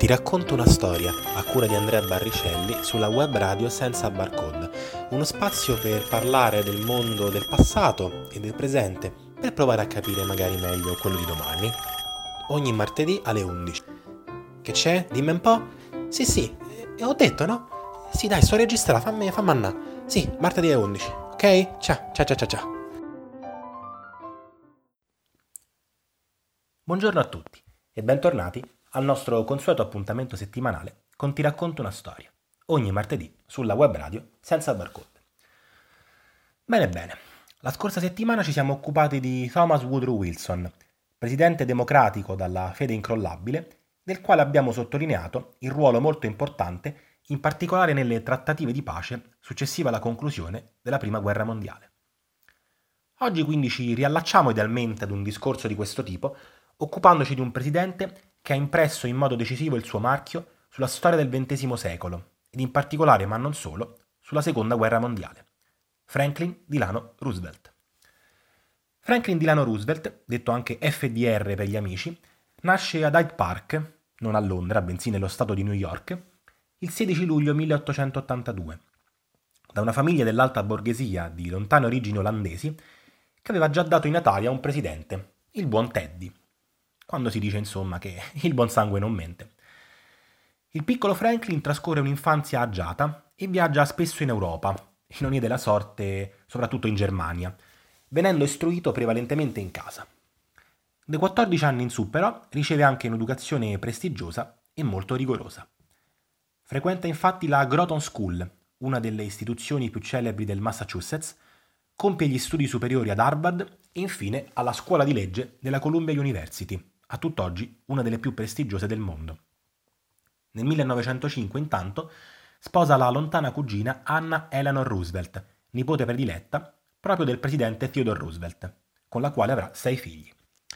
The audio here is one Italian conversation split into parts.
Ti racconto una storia a cura di Andrea Barricelli sulla web radio Senza Barcode, uno spazio per parlare del mondo del passato e del presente, per provare a capire magari meglio quello di domani. Ogni martedì alle 11. Che c'è? Dimmi un po'? Sì, ho detto, no? Sì, dai, sto registrando, fammi annà. Sì, martedì alle 11, ok? Ciao. Buongiorno a tutti e bentornati al nostro consueto appuntamento settimanale con Ti racconto una storia, ogni martedì sulla web radio Senza Barcode. Bene, la scorsa settimana ci siamo occupati di Thomas Woodrow Wilson, presidente democratico dalla fede incrollabile, del quale abbiamo sottolineato il ruolo molto importante, in particolare nelle trattative di pace successive alla conclusione della Prima Guerra Mondiale. Oggi quindi ci riallacciamo idealmente ad un discorso di questo tipo, occupandoci di un presidente che ha impresso in modo decisivo il suo marchio sulla storia del XX secolo, ed in particolare, ma non solo, sulla Seconda Guerra Mondiale. Franklin Delano Roosevelt. Franklin Delano Roosevelt, detto anche FDR per gli amici, nasce ad Hyde Park, non a Londra, bensì nello stato di New York, il 16 luglio 1882, da una famiglia dell'alta borghesia di lontane origini olandesi che aveva già dato i natali a un presidente, il buon Teddy, quando si dice insomma che il buon sangue non mente. Il piccolo Franklin trascorre un'infanzia agiata e viaggia spesso in Europa, in ironia della sorte soprattutto in Germania, venendo istruito prevalentemente in casa. Dai 14 anni in su però riceve anche un'educazione prestigiosa e molto rigorosa. Frequenta infatti la Groton School, una delle istituzioni più celebri del Massachusetts, compie gli studi superiori ad Harvard e infine alla scuola di legge della Columbia University, a tutt'oggi una delle più prestigiose del mondo. Nel 1905, intanto, sposa la lontana cugina Anna Eleanor Roosevelt, nipote prediletta proprio del presidente Theodore Roosevelt, con la quale avrà 6 figli.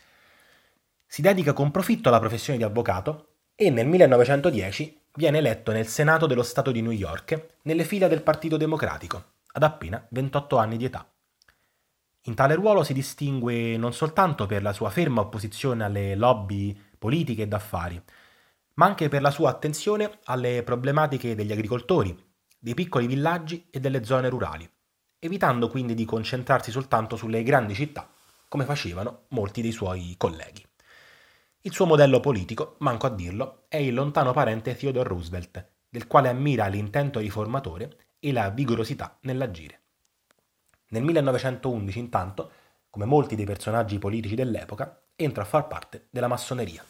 Si dedica con profitto alla professione di avvocato e nel 1910 viene eletto nel Senato dello Stato di New York nelle fila del Partito Democratico, ad appena 28 anni di età. In tale ruolo si distingue non soltanto per la sua ferma opposizione alle lobby politiche e d'affari, ma anche per la sua attenzione alle problematiche degli agricoltori, dei piccoli villaggi e delle zone rurali, evitando quindi di concentrarsi soltanto sulle grandi città, come facevano molti dei suoi colleghi. Il suo modello politico, manco a dirlo, è il lontano parente Theodore Roosevelt, del quale ammira l'intento riformatore e la vigorosità nell'agire. Nel 1911, intanto, come molti dei personaggi politici dell'epoca, entra a far parte della massoneria.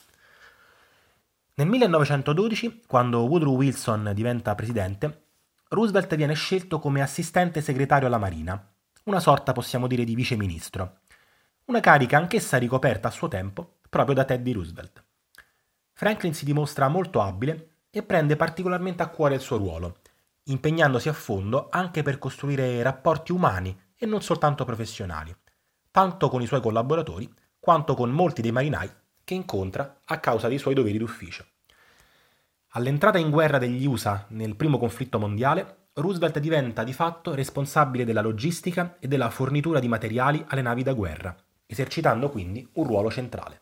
Nel 1912, quando Woodrow Wilson diventa presidente, Roosevelt viene scelto come assistente segretario alla Marina, una sorta, possiamo dire, di viceministro, una carica anch'essa ricoperta a suo tempo proprio da Teddy Roosevelt. Franklin si dimostra molto abile e prende particolarmente a cuore il suo ruolo, impegnandosi a fondo anche per costruire rapporti umani e non soltanto professionali, tanto con i suoi collaboratori quanto con molti dei marinai che incontra a causa dei suoi doveri d'ufficio. All'entrata in guerra degli USA nel primo conflitto mondiale, Roosevelt diventa di fatto responsabile della logistica e della fornitura di materiali alle navi da guerra, esercitando quindi un ruolo centrale.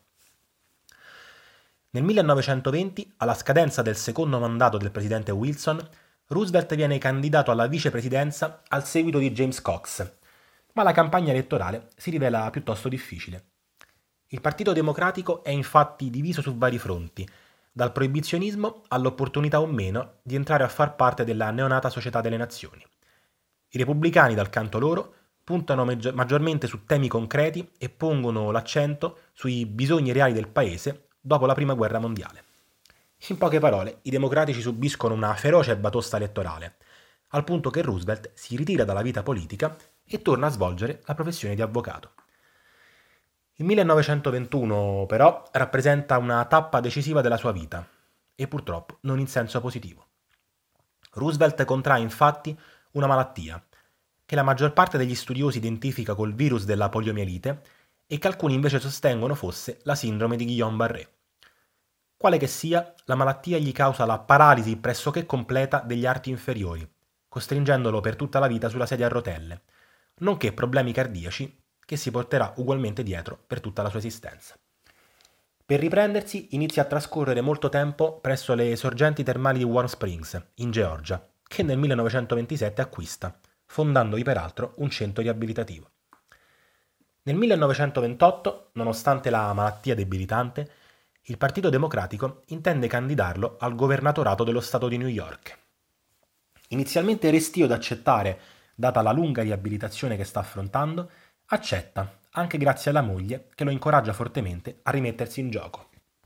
Nel 1920, alla scadenza del secondo mandato del presidente Wilson, Roosevelt viene candidato alla vicepresidenza al seguito di James Cox, ma la campagna elettorale si rivela piuttosto difficile. Il Partito Democratico è infatti diviso su vari fronti, dal proibizionismo all'opportunità o meno di entrare a far parte della neonata Società delle Nazioni. I repubblicani, dal canto loro, puntano maggiormente su temi concreti e pongono l'accento sui bisogni reali del paese dopo la Prima Guerra Mondiale. In poche parole, i democratici subiscono una feroce batosta elettorale, al punto che Roosevelt si ritira dalla vita politica e torna a svolgere la professione di avvocato. Il 1921, però, rappresenta una tappa decisiva della sua vita, e purtroppo non in senso positivo. Roosevelt contrae infatti una malattia, che la maggior parte degli studiosi identifica col virus della poliomielite e che alcuni invece sostengono fosse la sindrome di Guillain-Barré. Quale che sia, la malattia gli causa la paralisi pressoché completa degli arti inferiori, costringendolo per tutta la vita sulla sedia a rotelle, nonché problemi cardiaci che si porterà ugualmente dietro per tutta la sua esistenza. Per riprendersi inizia a trascorrere molto tempo presso le sorgenti termali di Warm Springs, in Georgia, che nel 1927 acquista, fondandovi peraltro un centro riabilitativo. Nel 1928, nonostante la malattia debilitante, il Partito Democratico intende candidarlo al governatorato dello Stato di New York. Inizialmente restio ad accettare, data la lunga riabilitazione che sta affrontando, accetta, anche grazie alla moglie che lo incoraggia fortemente a rimettersi in gioco.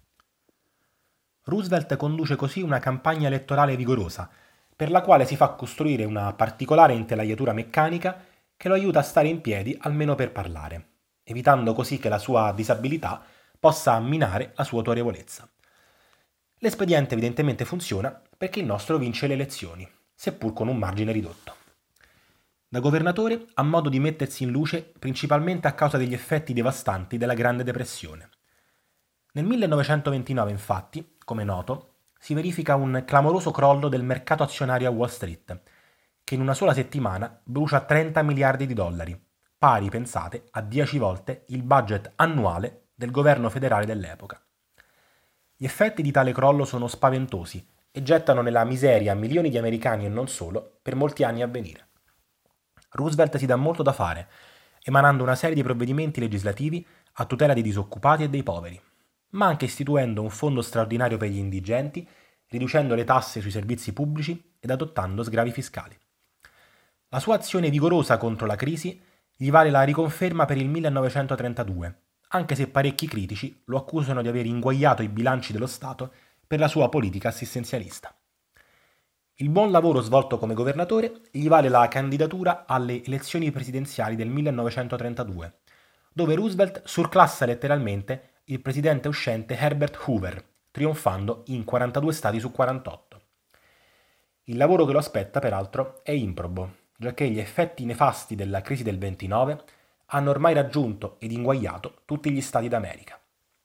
Roosevelt conduce così una campagna elettorale vigorosa, per la quale si fa costruire una particolare intelaiatura meccanica che lo aiuta a stare in piedi almeno per parlare, evitando così che la sua disabilità possa minare la sua autorevolezza. L'espediente evidentemente funziona perché il nostro vince le elezioni, seppur con un margine ridotto. Da governatore ha modo di mettersi in luce principalmente a causa degli effetti devastanti della Grande Depressione. Nel 1929, infatti, come noto, si verifica un clamoroso crollo del mercato azionario a Wall Street, che in una sola settimana brucia 30 miliardi di dollari, pari, pensate, a 10 volte il budget annuale del governo federale dell'epoca. Gli effetti di tale crollo sono spaventosi e gettano nella miseria milioni di americani e non solo per molti anni a venire. Roosevelt si dà molto da fare, emanando una serie di provvedimenti legislativi a tutela dei disoccupati e dei poveri, ma anche istituendo un fondo straordinario per gli indigenti, riducendo le tasse sui servizi pubblici ed adottando sgravi fiscali. La sua azione vigorosa contro la crisi gli vale la riconferma per il 1932, anche se parecchi critici lo accusano di aver inguagliato i bilanci dello Stato per la sua politica assistenzialista. Il buon lavoro svolto come governatore gli vale la candidatura alle elezioni presidenziali del 1932, dove Roosevelt surclassa letteralmente il presidente uscente Herbert Hoover, trionfando in 42 stati su 48. Il lavoro che lo aspetta, peraltro, è improbo, giacché gli effetti nefasti della crisi del 29 hanno ormai raggiunto ed inguagliato tutti gli stati d'America.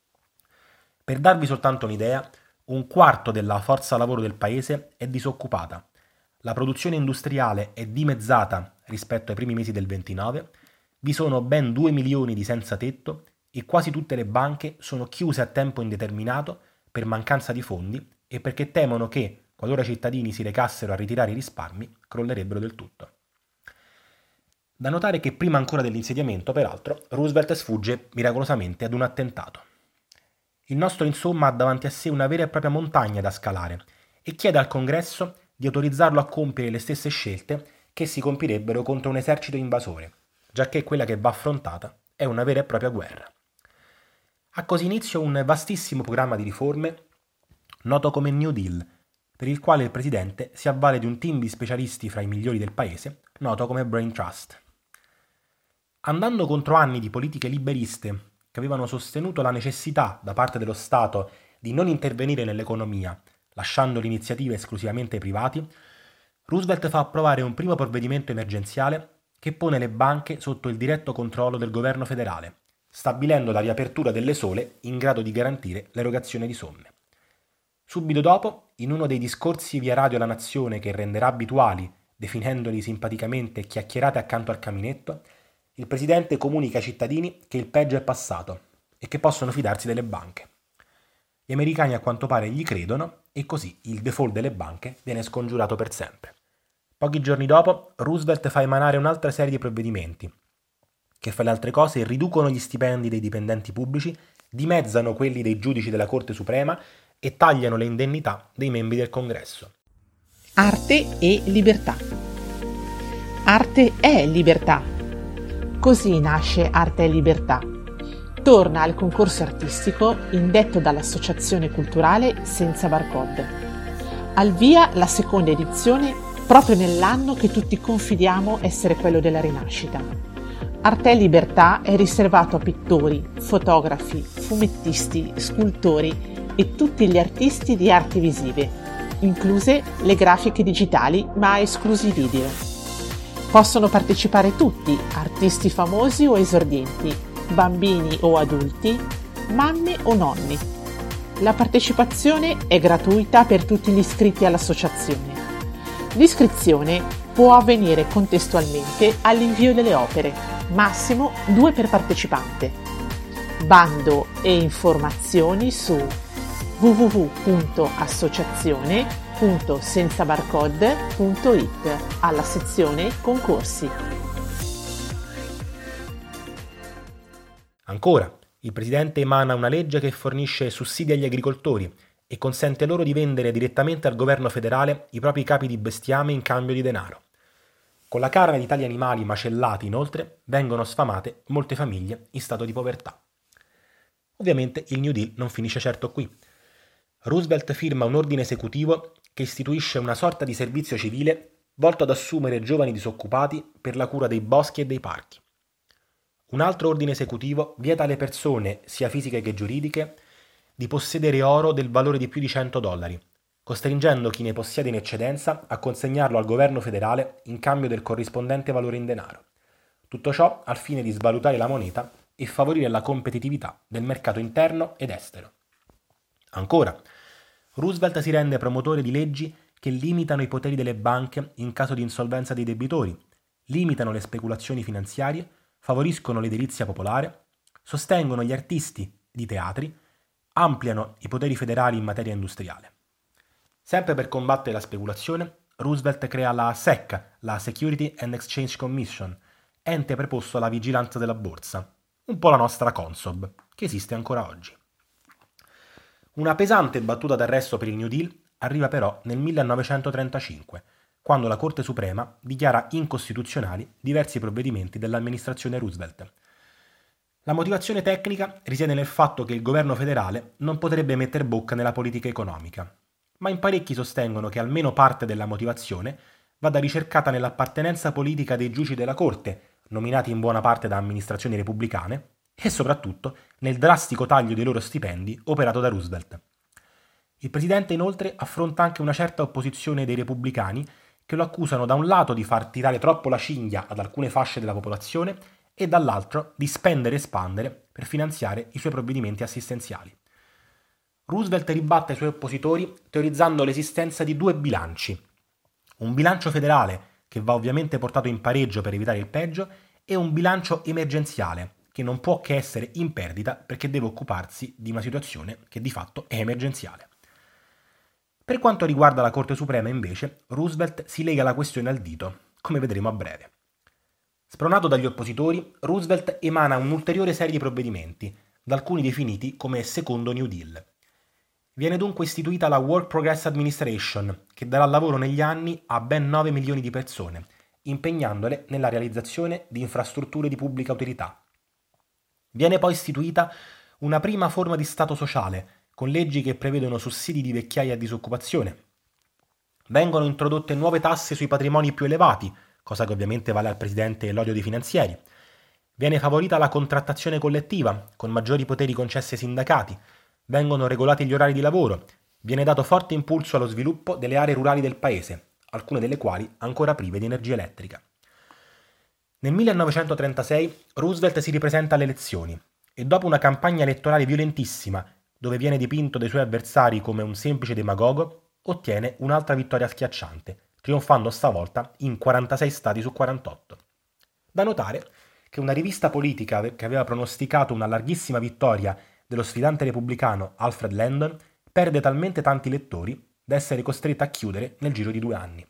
Per darvi soltanto un'idea, un quarto della forza lavoro del paese è disoccupata, la produzione industriale è dimezzata rispetto ai primi mesi del 29, vi sono ben 2 milioni di senza tetto e quasi tutte le banche sono chiuse a tempo indeterminato per mancanza di fondi e perché temono che, qualora i cittadini si recassero a ritirare i risparmi, crollerebbero del tutto. Da notare che prima ancora dell'insediamento, peraltro, Roosevelt sfugge miracolosamente ad un attentato. Il nostro, insomma, ha davanti a sé una vera e propria montagna da scalare e chiede al Congresso di autorizzarlo a compiere le stesse scelte che si compirebbero contro un esercito invasore, giacché quella che va affrontata è una vera e propria guerra. Ha così inizio un vastissimo programma di riforme noto come New Deal, per il quale il presidente si avvale di un team di specialisti fra i migliori del paese, noto come Brain Trust. Andando contro anni di politiche liberiste che avevano sostenuto la necessità da parte dello Stato di non intervenire nell'economia, lasciando l'iniziativa esclusivamente ai privati, Roosevelt fa approvare un primo provvedimento emergenziale che pone le banche sotto il diretto controllo del governo federale, stabilendo la riapertura delle sole in grado di garantire l'erogazione di somme. Subito dopo, in uno dei discorsi via radio alla nazione che renderà abituali, definendoli simpaticamente chiacchierate accanto al caminetto, il presidente comunica ai cittadini che il peggio è passato e che possono fidarsi delle banche. Gli americani a quanto pare gli credono e così il default delle banche viene scongiurato per sempre. Pochi giorni dopo, Roosevelt fa emanare un'altra serie di provvedimenti che, fra le altre cose, riducono gli stipendi dei dipendenti pubblici, dimezzano quelli dei giudici della Corte Suprema e tagliano le indennità dei membri del Congresso. Arte e libertà. Arte è libertà. Così nasce Arte e Libertà. Torna al concorso artistico indetto dall'Associazione Culturale Senza Barcode. Al via la seconda edizione proprio nell'anno che tutti confidiamo essere quello della rinascita. Arte e Libertà è riservato a pittori, fotografi, fumettisti, scultori e tutti gli artisti di arti visive, incluse le grafiche digitali ma esclusi i video. Possono partecipare tutti, artisti famosi o esordienti, bambini o adulti, mamme o nonni. La partecipazione è gratuita per tutti gli iscritti all'associazione. L'iscrizione può avvenire contestualmente all'invio delle opere, massimo 2 per partecipante. Bando e informazioni su www.associazione.senzabarcode.it alla sezione concorsi. Ancora, il Presidente emana una legge che fornisce sussidi agli agricoltori e consente loro di vendere direttamente al governo federale i propri capi di bestiame in cambio di denaro. Con la carne di tali animali macellati, inoltre, vengono sfamate molte famiglie in stato di povertà. Ovviamente il New Deal non finisce certo qui. Roosevelt firma un ordine esecutivo che istituisce una sorta di servizio civile volto ad assumere giovani disoccupati per la cura dei boschi e dei parchi. Un altro ordine esecutivo vieta alle persone, sia fisiche che giuridiche, di possedere oro del valore di più di $100, costringendo chi ne possiede in eccedenza a consegnarlo al governo federale in cambio del corrispondente valore in denaro. Tutto ciò al fine di svalutare la moneta e favorire la competitività del mercato interno ed estero. Ancora, Roosevelt si rende promotore di leggi che limitano i poteri delle banche in caso di insolvenza dei debitori, limitano le speculazioni finanziarie, favoriscono l'edilizia popolare, sostengono gli artisti di teatri, ampliano i poteri federali in materia industriale. Sempre per combattere la speculazione, Roosevelt crea la SEC, la Security and Exchange Commission, ente preposto alla vigilanza della borsa, un po' la nostra Consob, che esiste ancora oggi. Una pesante battuta d'arresto per il New Deal arriva però nel 1935, quando la Corte Suprema dichiara incostituzionali diversi provvedimenti dell'amministrazione Roosevelt. La motivazione tecnica risiede nel fatto che il governo federale non potrebbe metter bocca nella politica economica, ma in parecchi sostengono che almeno parte della motivazione vada ricercata nell'appartenenza politica dei giudici della Corte, nominati in buona parte da amministrazioni repubblicane, e soprattutto nel drastico taglio dei loro stipendi operato da Roosevelt. Il presidente inoltre affronta anche una certa opposizione dei repubblicani che lo accusano da un lato di far tirare troppo la cinghia ad alcune fasce della popolazione e dall'altro di spendere e espandere per finanziare i suoi provvedimenti assistenziali. Roosevelt ribatte i suoi oppositori teorizzando l'esistenza di due bilanci. Un bilancio federale, che va ovviamente portato in pareggio per evitare il peggio, e un bilancio emergenziale, che non può che essere in perdita perché deve occuparsi di una situazione che di fatto è emergenziale. Per quanto riguarda la Corte Suprema, invece, Roosevelt si lega la questione al dito, come vedremo a breve. Spronato dagli oppositori, Roosevelt emana un'ulteriore serie di provvedimenti, da alcuni definiti come secondo New Deal. Viene dunque istituita la Work Progress Administration, che darà lavoro negli anni a ben 9 milioni di persone, impegnandole nella realizzazione di infrastrutture di pubblica utilità. Viene poi istituita una prima forma di Stato sociale, con leggi che prevedono sussidi di vecchiaia e disoccupazione. Vengono introdotte nuove tasse sui patrimoni più elevati, cosa che ovviamente vale al presidente l'odio dei finanzieri. Viene favorita la contrattazione collettiva, con maggiori poteri concessi ai sindacati. Vengono regolati gli orari di lavoro. Viene dato forte impulso allo sviluppo delle aree rurali del paese, alcune delle quali ancora prive di energia elettrica. Nel 1936 Roosevelt si ripresenta alle elezioni e dopo una campagna elettorale violentissima, dove viene dipinto dai suoi avversari come un semplice demagogo, ottiene un'altra vittoria schiacciante, trionfando stavolta in 46 stati su 48. Da notare che una rivista politica che aveva pronosticato una larghissima vittoria dello sfidante repubblicano Alfred Landon perde talmente tanti lettori da essere costretta a chiudere nel giro di 2 anni.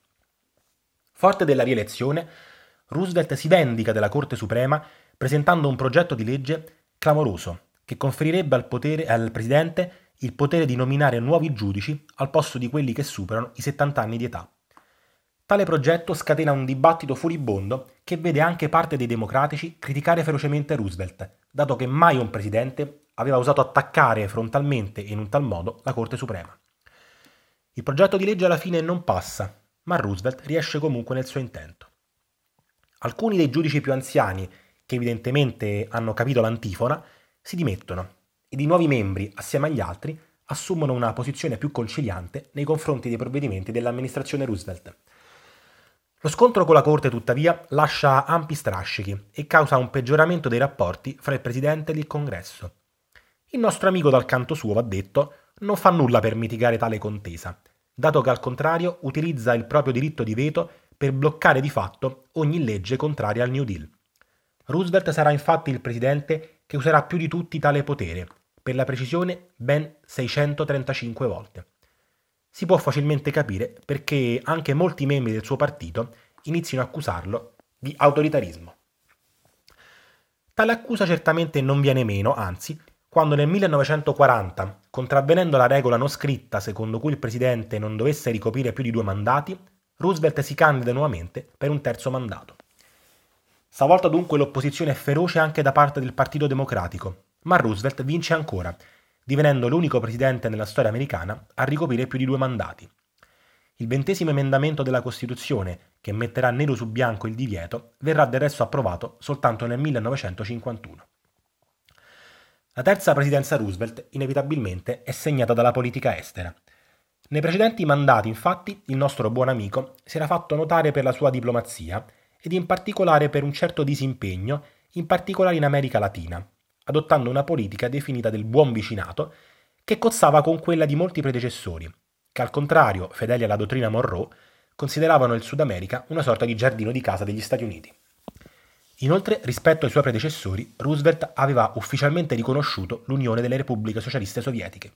Forte della rielezione, Roosevelt si vendica della Corte Suprema presentando un progetto di legge clamoroso che conferirebbe al presidente il potere di nominare nuovi giudici al posto di quelli che superano i 70 anni di età. Tale progetto scatena un dibattito furibondo che vede anche parte dei democratici criticare ferocemente Roosevelt, dato che mai un presidente aveva osato attaccare frontalmente e in un tal modo la Corte Suprema. Il progetto di legge alla fine non passa, ma Roosevelt riesce comunque nel suo intento. Alcuni dei giudici più anziani, che evidentemente hanno capito l'antifona, si dimettono ed i nuovi membri, assieme agli altri, assumono una posizione più conciliante nei confronti dei provvedimenti dell'amministrazione Roosevelt. Lo scontro con la Corte, tuttavia, lascia ampi strascichi e causa un peggioramento dei rapporti fra il Presidente ed il Congresso. Il nostro amico, dal canto suo, va detto, non fa nulla per mitigare tale contesa, dato che al contrario utilizza il proprio diritto di veto per bloccare di fatto ogni legge contraria al New Deal. Roosevelt sarà infatti il presidente che userà più di tutti tale potere, per la precisione ben 635 volte. Si può facilmente capire perché anche molti membri del suo partito iniziano a accusarlo di autoritarismo. Tale accusa certamente non viene meno, anzi, quando nel 1940, contravvenendo la regola non scritta secondo cui il presidente non dovesse ricoprire più di 2 mandati, Roosevelt si candida nuovamente per un terzo mandato. Stavolta dunque l'opposizione è feroce anche da parte del Partito Democratico, ma Roosevelt vince ancora, divenendo l'unico presidente nella storia americana a ricoprire più di 2 mandati. Il 20° emendamento della Costituzione, che metterà nero su bianco il divieto, verrà del resto approvato soltanto nel 1951. La terza presidenza Roosevelt, inevitabilmente, è segnata dalla politica estera. Nei precedenti mandati, infatti, il nostro buon amico si era fatto notare per la sua diplomazia ed in particolare per un certo disimpegno, in particolare in America Latina, adottando una politica definita del buon vicinato che cozzava con quella di molti predecessori, che al contrario, fedeli alla dottrina Monroe, consideravano il Sud America una sorta di giardino di casa degli Stati Uniti. Inoltre, rispetto ai suoi predecessori, Roosevelt aveva ufficialmente riconosciuto l'Unione delle Repubbliche Socialiste Sovietiche.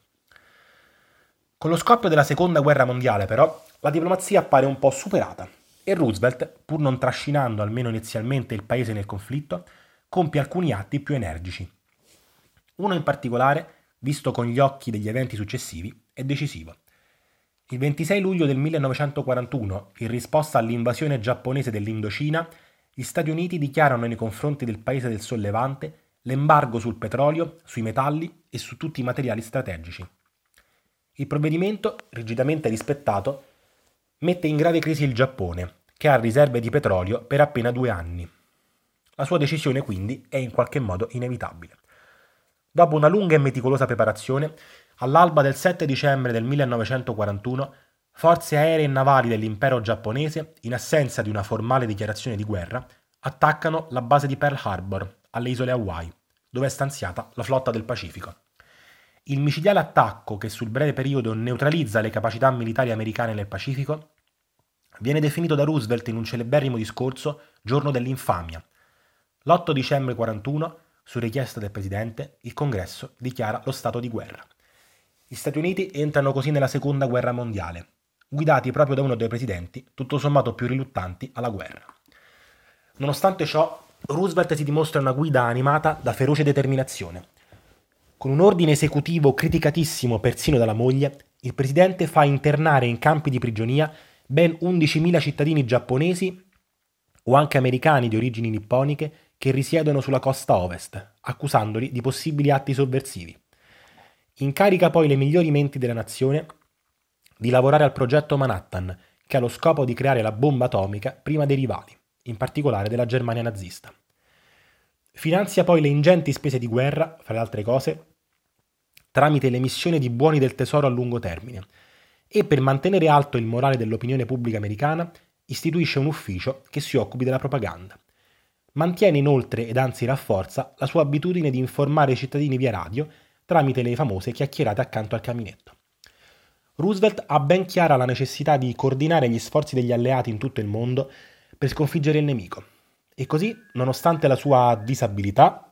Con lo scoppio della Seconda Guerra Mondiale, però, la diplomazia appare un po' superata e Roosevelt, pur non trascinando almeno inizialmente il paese nel conflitto, compie alcuni atti più energici. Uno in particolare, visto con gli occhi degli eventi successivi, è decisivo. Il 26 luglio del 1941, in risposta all'invasione giapponese dell'Indocina, gli Stati Uniti dichiarano nei confronti del paese del Sollevante l'embargo sul petrolio, sui metalli e su tutti i materiali strategici. Il provvedimento, rigidamente rispettato, mette in grave crisi il Giappone, che ha riserve di petrolio per appena 2 anni. La sua decisione, quindi, è in qualche modo inevitabile. Dopo una lunga e meticolosa preparazione, all'alba del 7 dicembre del 1941, forze aeree e navali dell'impero giapponese, in assenza di una formale dichiarazione di guerra, attaccano la base di Pearl Harbor, alle isole Hawaii, dove è stanziata la flotta del Pacifico. Il micidiale attacco, che sul breve periodo neutralizza le capacità militari americane nel Pacifico, viene definito da Roosevelt in un celeberrimo discorso Giorno dell'infamia. L'8 dicembre 1941, su richiesta del presidente, il Congresso dichiara lo stato di guerra. Gli Stati Uniti entrano così nella Seconda Guerra Mondiale, guidati proprio da uno dei presidenti tutto sommato più riluttanti alla guerra. Nonostante ciò, Roosevelt si dimostra una guida animata da feroce determinazione. Con un ordine esecutivo criticatissimo persino dalla moglie, il presidente fa internare in campi di prigionia ben 11.000 cittadini giapponesi o anche americani di origini nipponiche che risiedono sulla costa ovest, accusandoli di possibili atti sovversivi. Incarica poi le migliori menti della nazione di lavorare al progetto Manhattan, che ha lo scopo di creare la bomba atomica prima dei rivali, in particolare della Germania nazista. Finanzia poi le ingenti spese di guerra, fra le altre cose, tramite l'emissione di buoni del tesoro a lungo termine e, per mantenere alto il morale dell'opinione pubblica americana, istituisce un ufficio che si occupi della propaganda. Mantiene inoltre ed anzi rafforza la sua abitudine di informare i cittadini via radio tramite le famose chiacchierate accanto al caminetto. Roosevelt ha ben chiara la necessità di coordinare gli sforzi degli alleati in tutto il mondo per sconfiggere il nemico e così, nonostante la sua disabilità,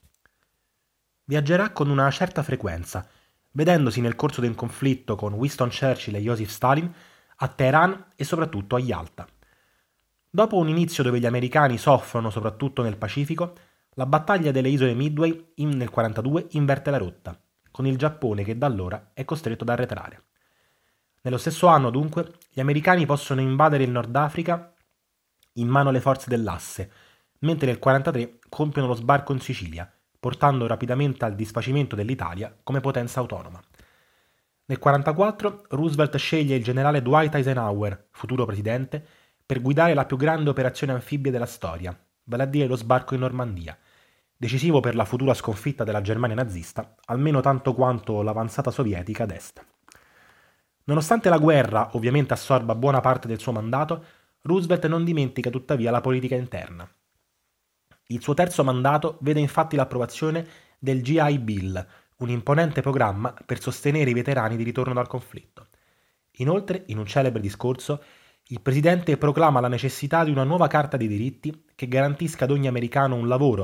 viaggerà con una certa frequenza, vedendosi nel corso del conflitto con Winston Churchill e Joseph Stalin a Teheran e soprattutto a Yalta. Dopo un inizio dove gli americani soffrono soprattutto nel Pacifico, la battaglia delle isole Midway nel 1942 inverte la rotta, con il Giappone che da allora è costretto ad arretrare. Nello stesso anno, dunque, gli americani possono invadere il Nord Africa in mano alle forze dell'Asse, mentre nel 1943 compiono lo sbarco in Sicilia, portando rapidamente al disfacimento dell'Italia come potenza autonoma. Nel 1944 Roosevelt sceglie il generale Dwight Eisenhower, futuro presidente, per guidare la più grande operazione anfibia della storia, vale a dire lo sbarco in Normandia, decisivo per la futura sconfitta della Germania nazista, almeno tanto quanto l'avanzata sovietica ad est. Nonostante la guerra ovviamente assorba buona parte del suo mandato, Roosevelt non dimentica tuttavia la politica interna. Il suo terzo mandato vede infatti l'approvazione del GI Bill, un imponente programma per sostenere i veterani di ritorno dal conflitto. Inoltre, in un celebre discorso, il presidente proclama la necessità di una nuova carta dei diritti che garantisca ad ogni americano un lavoro,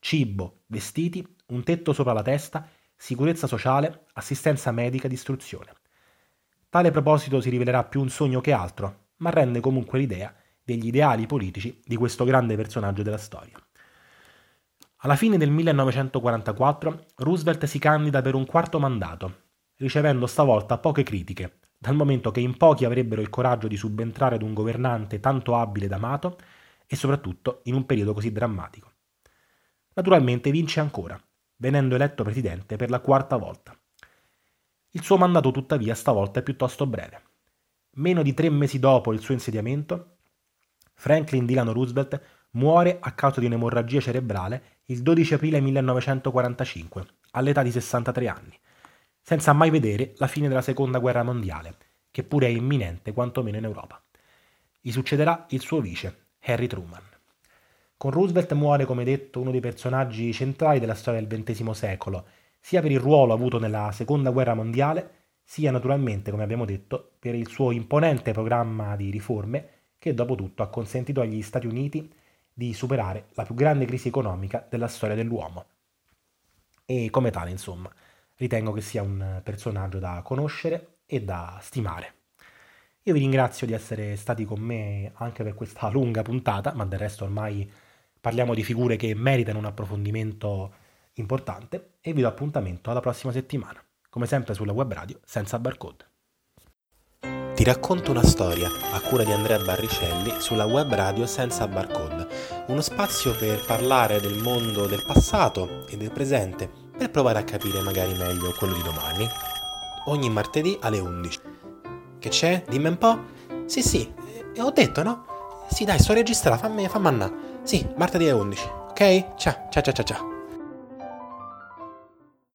cibo, vestiti, un tetto sopra la testa, sicurezza sociale, assistenza medica ed istruzione. Tale proposito si rivelerà più un sogno che altro, ma rende comunque l'idea degli ideali politici di questo grande personaggio della storia. Alla fine del 1944 Roosevelt si candida per un quarto mandato, ricevendo stavolta poche critiche, dal momento che in pochi avrebbero il coraggio di subentrare ad un governante tanto abile ed amato e soprattutto in un periodo così drammatico. Naturalmente vince ancora, venendo eletto presidente per la quarta volta. Il suo mandato tuttavia stavolta è piuttosto breve. Meno di 3 mesi dopo il suo insediamento, Franklin Delano Roosevelt muore a causa di un'emorragia cerebrale il 12 aprile 1945, all'età di 63 anni, senza mai vedere la fine della Seconda Guerra Mondiale, che pure è imminente quantomeno in Europa. Gli succederà il suo vice, Harry Truman. Con Roosevelt muore, come detto, uno dei personaggi centrali della storia del XX secolo, sia per il ruolo avuto nella Seconda Guerra Mondiale, sia naturalmente, come abbiamo detto, per il suo imponente programma di riforme che dopo tutto ha consentito agli Stati Uniti di superare la più grande crisi economica della storia dell'uomo. E come tale, insomma, ritengo che sia un personaggio da conoscere e da stimare. Io vi ringrazio di essere stati con me anche per questa lunga puntata, ma del resto ormai parliamo di figure che meritano un approfondimento importante e vi do appuntamento alla prossima settimana, come sempre sulla web radio senza barcode. Ti racconto una storia a cura di Andrea Barricelli sulla web radio senza barcode, uno spazio per parlare del mondo del passato e del presente, per provare a capire magari meglio quello di domani. Ogni martedì alle 11. Che c'è? Dimmi un po'? Sì, ho detto, no? Sì, dai, sto registrando, fammi andare. Sì, martedì alle 11, ok? Ciao.